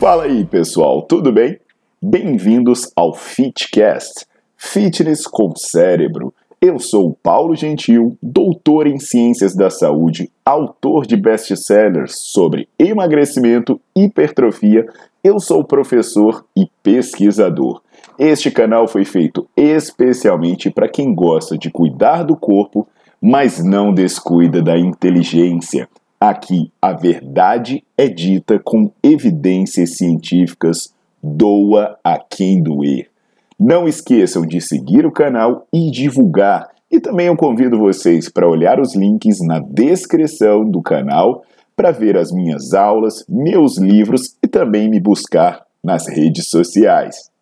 Fala aí, pessoal, tudo bem? Bem-vindos ao FitCast, Fitness com Cérebro. Eu sou o Paulo Gentil, doutor em Ciências da Saúde, autor de best-sellers sobre emagrecimento, hipertrofia. Eu sou professor e pesquisador. Este canal foi feito especialmente para quem gosta de cuidar do corpo, mas não descuida da inteligência. Aqui, a verdade é dita com evidências científicas, doa a quem doer. Não esqueçam de seguir o canal e divulgar. E também eu convido vocês para olhar os links na descrição do canal para ver as minhas aulas, meus livros e também me buscar nas redes sociais.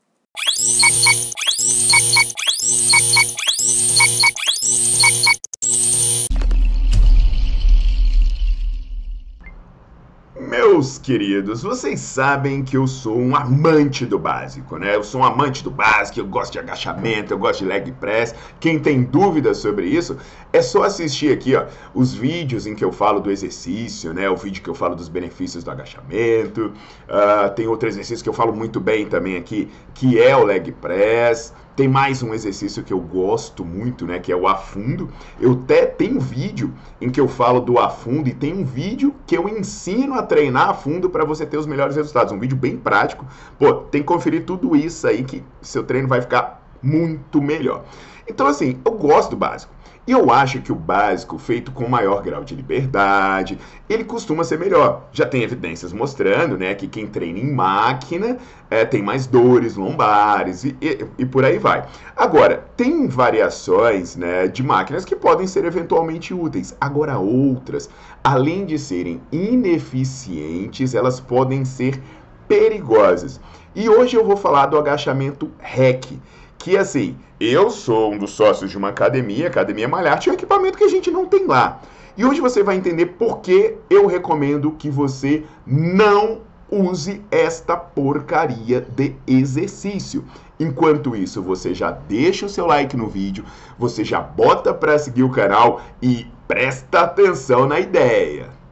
Meus queridos, vocês sabem que eu sou um amante do básico, né? Eu sou um amante do básico, eu gosto de agachamento, eu gosto de leg press. Quem tem dúvidas sobre isso, é só assistir aqui, ó, os vídeos em que eu falo do exercício, né? O vídeo que eu falo dos benefícios do agachamento. Tem outro exercício que eu falo muito bem também aqui, que é o leg press. Tem mais um exercício que eu gosto muito, né, que é o afundo. Eu até tenho um vídeo em que eu falo do afundo e tem um vídeo que eu ensino a treinar afundo para você ter os melhores resultados. Um vídeo bem prático. Pô, tem que conferir tudo isso aí que seu treino vai ficar muito melhor. Então, assim, eu gosto do básico. E eu acho que o básico, feito com maior grau de liberdade, ele costuma ser melhor. Já tem evidências mostrando, né, que quem treina em máquina tem mais dores lombares e por aí vai. Agora, tem variações, né, de máquinas que podem ser eventualmente úteis. Agora, outras, além de serem ineficientes, elas podem ser perigosas. E hoje eu vou falar do agachamento REC. Que assim, eu sou um dos sócios de uma Academia Malharte, é um equipamento que a gente não tem lá. E hoje você vai entender por que eu recomendo que você não use esta porcaria de exercício. Enquanto isso, você já deixa o seu like no vídeo, você já bota para seguir o canal e presta atenção na ideia.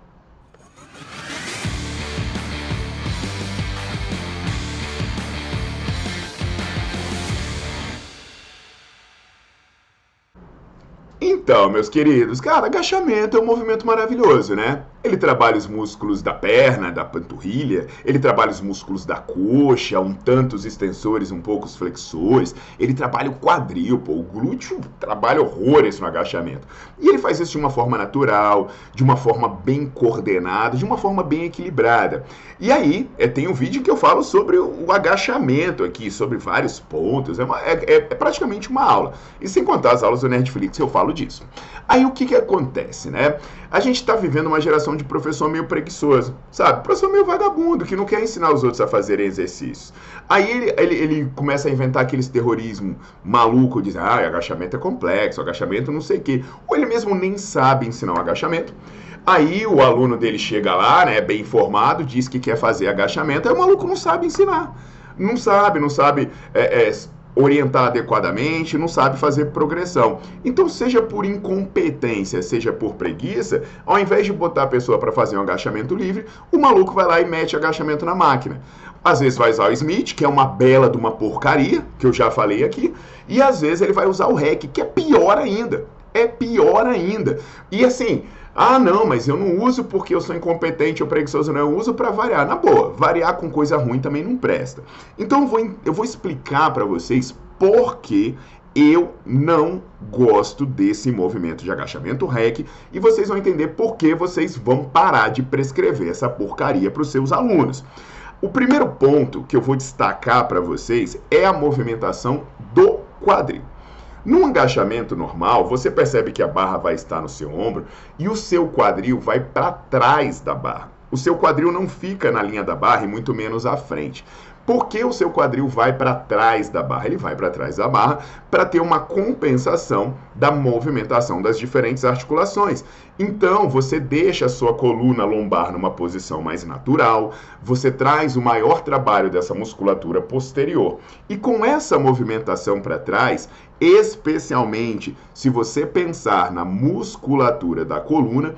Então, meus queridos, cara, agachamento é um movimento maravilhoso, né? Ele trabalha os músculos da perna, da panturrilha, ele trabalha os músculos da coxa, um tanto os extensores, um pouco os flexores, ele trabalha o quadril, pô, o glúteo trabalha horrores no agachamento. E ele faz isso de uma forma natural, de uma forma bem coordenada, de uma forma bem equilibrada. E aí, tem um vídeo que eu falo sobre o agachamento aqui, sobre vários pontos, é praticamente uma aula. E sem contar as aulas do Nerdflix, eu falo disso. Aí o que acontece, né? A gente está vivendo uma geração de professor meio preguiçoso, sabe? Professor meio vagabundo, que não quer ensinar os outros a fazerem exercícios. Aí ele começa a inventar aqueles terrorismo maluco, diz, agachamento é complexo, agachamento não sei o quê. Ou ele mesmo nem sabe ensinar um agachamento. Aí o aluno dele chega lá, né, bem informado, diz que quer fazer agachamento, aí o maluco não sabe ensinar. Não sabe orientar adequadamente, não sabe fazer progressão. Então, seja por incompetência, seja por preguiça, ao invés de botar a pessoa para fazer um agachamento livre, o maluco vai lá e mete agachamento na máquina. Às vezes vai usar o Smith, que é uma bela de uma porcaria, que eu já falei aqui, e às vezes ele vai usar o REC, que é pior ainda. É pior ainda. E assim, não, mas eu não uso porque eu sou incompetente ou preguiçoso, não. Eu uso para variar. Na boa, variar com coisa ruim também não presta. Então eu vou explicar para vocês por que eu não gosto desse movimento de agachamento REC e vocês vão entender por que vocês vão parar de prescrever essa porcaria para os seus alunos. O primeiro ponto que eu vou destacar para vocês é a movimentação do quadril. Num agachamento normal, você percebe que a barra vai estar no seu ombro e o seu quadril vai para trás da barra. O seu quadril não fica na linha da barra e muito menos à frente. Por que o seu quadril vai para trás da barra? Ele vai para trás da barra para ter uma compensação da movimentação das diferentes articulações. Então, você deixa a sua coluna lombar numa posição mais natural, você traz o maior trabalho dessa musculatura posterior. E com essa movimentação para trás, especialmente se você pensar na musculatura da coluna,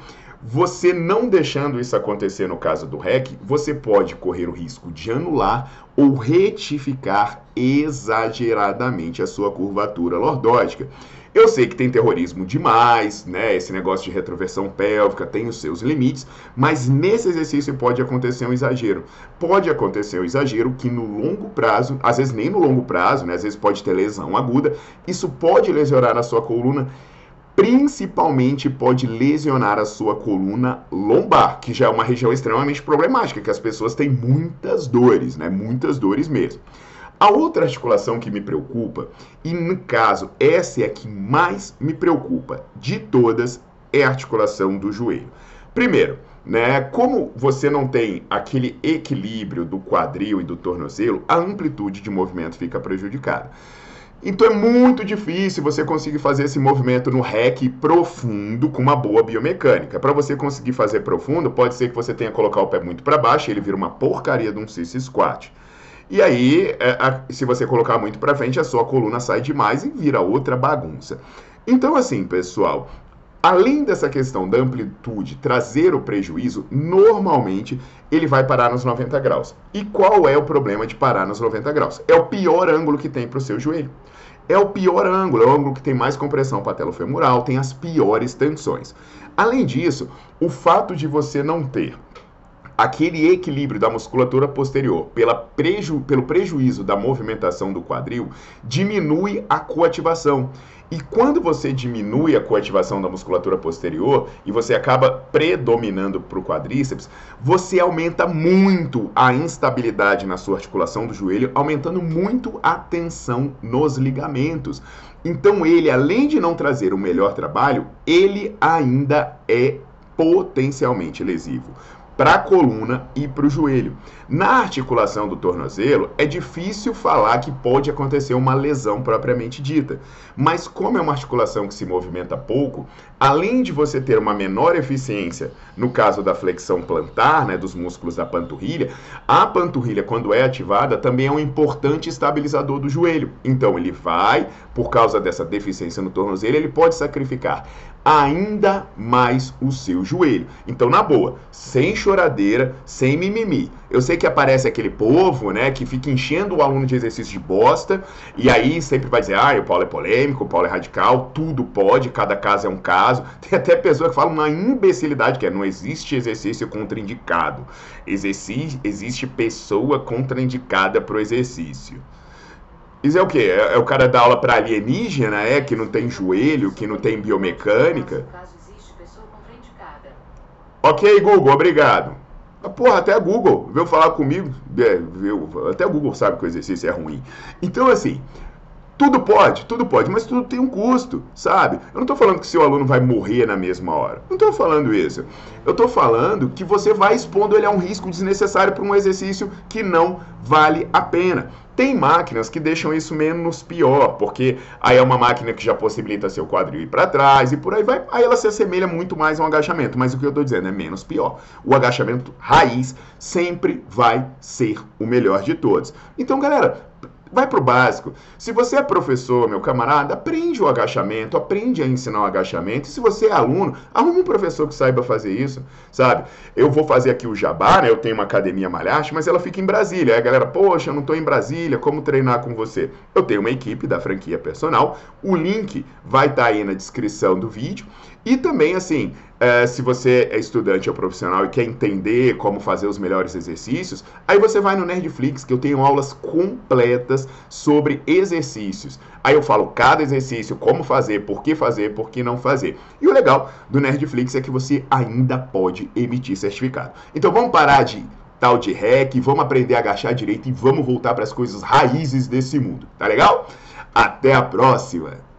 Você não deixando isso acontecer no caso do REC, você pode correr o risco de anular ou retificar exageradamente a sua curvatura lordótica. Eu sei que tem terrorismo demais, né? Esse negócio de retroversão pélvica tem os seus limites, mas nesse exercício pode acontecer um exagero. Pode acontecer um exagero que no longo prazo, às vezes nem no longo prazo, né? Às vezes pode ter lesão aguda, isso pode lesionar a sua coluna, principalmente pode lesionar a sua coluna lombar, que já é uma região extremamente problemática, que as pessoas têm muitas dores, né? Muitas dores mesmo. A outra articulação que me preocupa, e no caso, essa é a que mais me preocupa de todas, é a articulação do joelho. Primeiro, né, como você não tem aquele equilíbrio do quadril e do tornozelo, a amplitude de movimento fica prejudicada. Então é muito difícil você conseguir fazer esse movimento no REC profundo com uma boa biomecânica. Para você conseguir fazer profundo, pode ser que você tenha que colocar o pé muito para baixo e ele vira uma porcaria de um sissy squat. E aí, se você colocar muito para frente, a sua coluna sai demais e vira outra bagunça. Então, assim, pessoal, além dessa questão da amplitude trazer o prejuízo, normalmente ele vai parar nos 90 graus. E qual é o problema de parar nos 90 graus? É o pior ângulo que tem para o seu joelho. É o pior ângulo, é o ângulo que tem mais compressão patelofemoral, tem as piores tensões. Além disso, o fato de você não ter aquele equilíbrio da musculatura posterior pelo prejuízo da movimentação do quadril diminui a coativação. E quando você diminui a coativação da musculatura posterior e você acaba predominando para o quadríceps, você aumenta muito a instabilidade na sua articulação do joelho, aumentando muito a tensão nos ligamentos. Então ele, além de não trazer o melhor trabalho, ele ainda é potencialmente lesivo para a coluna e para o joelho. Na articulação do tornozelo, é difícil falar que pode acontecer uma lesão propriamente dita, mas como é uma articulação que se movimenta pouco, além de você ter uma menor eficiência no caso da flexão plantar, né, dos músculos da panturrilha, a panturrilha, quando é ativada, também é um importante estabilizador do joelho. Então ele vai, por causa dessa deficiência no tornozelo, ele pode sacrificar ainda mais o seu joelho. Então, na boa, sem choradeira, sem mimimi. Eu sei que aparece aquele povo, né, que fica enchendo o aluno de exercício de bosta, e aí sempre vai dizer, o Paulo é polêmico, o Paulo é radical, tudo pode, cada caso é um caso. Tem até pessoa que fala uma imbecilidade, que é, não existe exercício contraindicado. Existe pessoa contraindicada pro exercício. Isso é o quê? É o cara dar aula para alienígena, que não tem joelho, que não tem biomecânica? Ok, Google, obrigado. Porra, até a Google veio falar comigo. Até o Google sabe que o exercício é ruim. Então, assim, tudo pode, mas tudo tem um custo, sabe? Eu não estou falando que seu aluno vai morrer na mesma hora. Não estou falando isso. Eu estou falando que você vai expondo ele a um risco desnecessário para um exercício que não vale a pena. Tem máquinas que deixam isso menos pior, porque aí é uma máquina que já possibilita seu quadril ir para trás e por aí vai. Aí ela se assemelha muito mais a um agachamento, mas o que eu estou dizendo é menos pior. O agachamento raiz sempre vai ser o melhor de todos. Então, galera, vai pro básico. Se você é professor, meu camarada, aprende o agachamento, aprende a ensinar o agachamento. E se você é aluno, arruma um professor que saiba fazer isso, sabe? Eu vou fazer aqui o jabá, né? Eu tenho uma academia Malhache, mas ela fica em Brasília. Aí a galera, poxa, eu não tô em Brasília, como treinar com você? Eu tenho uma equipe da franquia personal, o link vai estar aí na descrição do vídeo. E também, assim, se você é estudante ou profissional e quer entender como fazer os melhores exercícios, aí você vai no Nerdflix, que eu tenho aulas completas sobre exercícios. Aí eu falo cada exercício, como fazer, por que não fazer. E o legal do Nerdflix é que você ainda pode emitir certificado. Então vamos parar de tal de REC, vamos aprender a agachar direito e vamos voltar para as coisas raízes desse mundo. Tá legal? Até a próxima!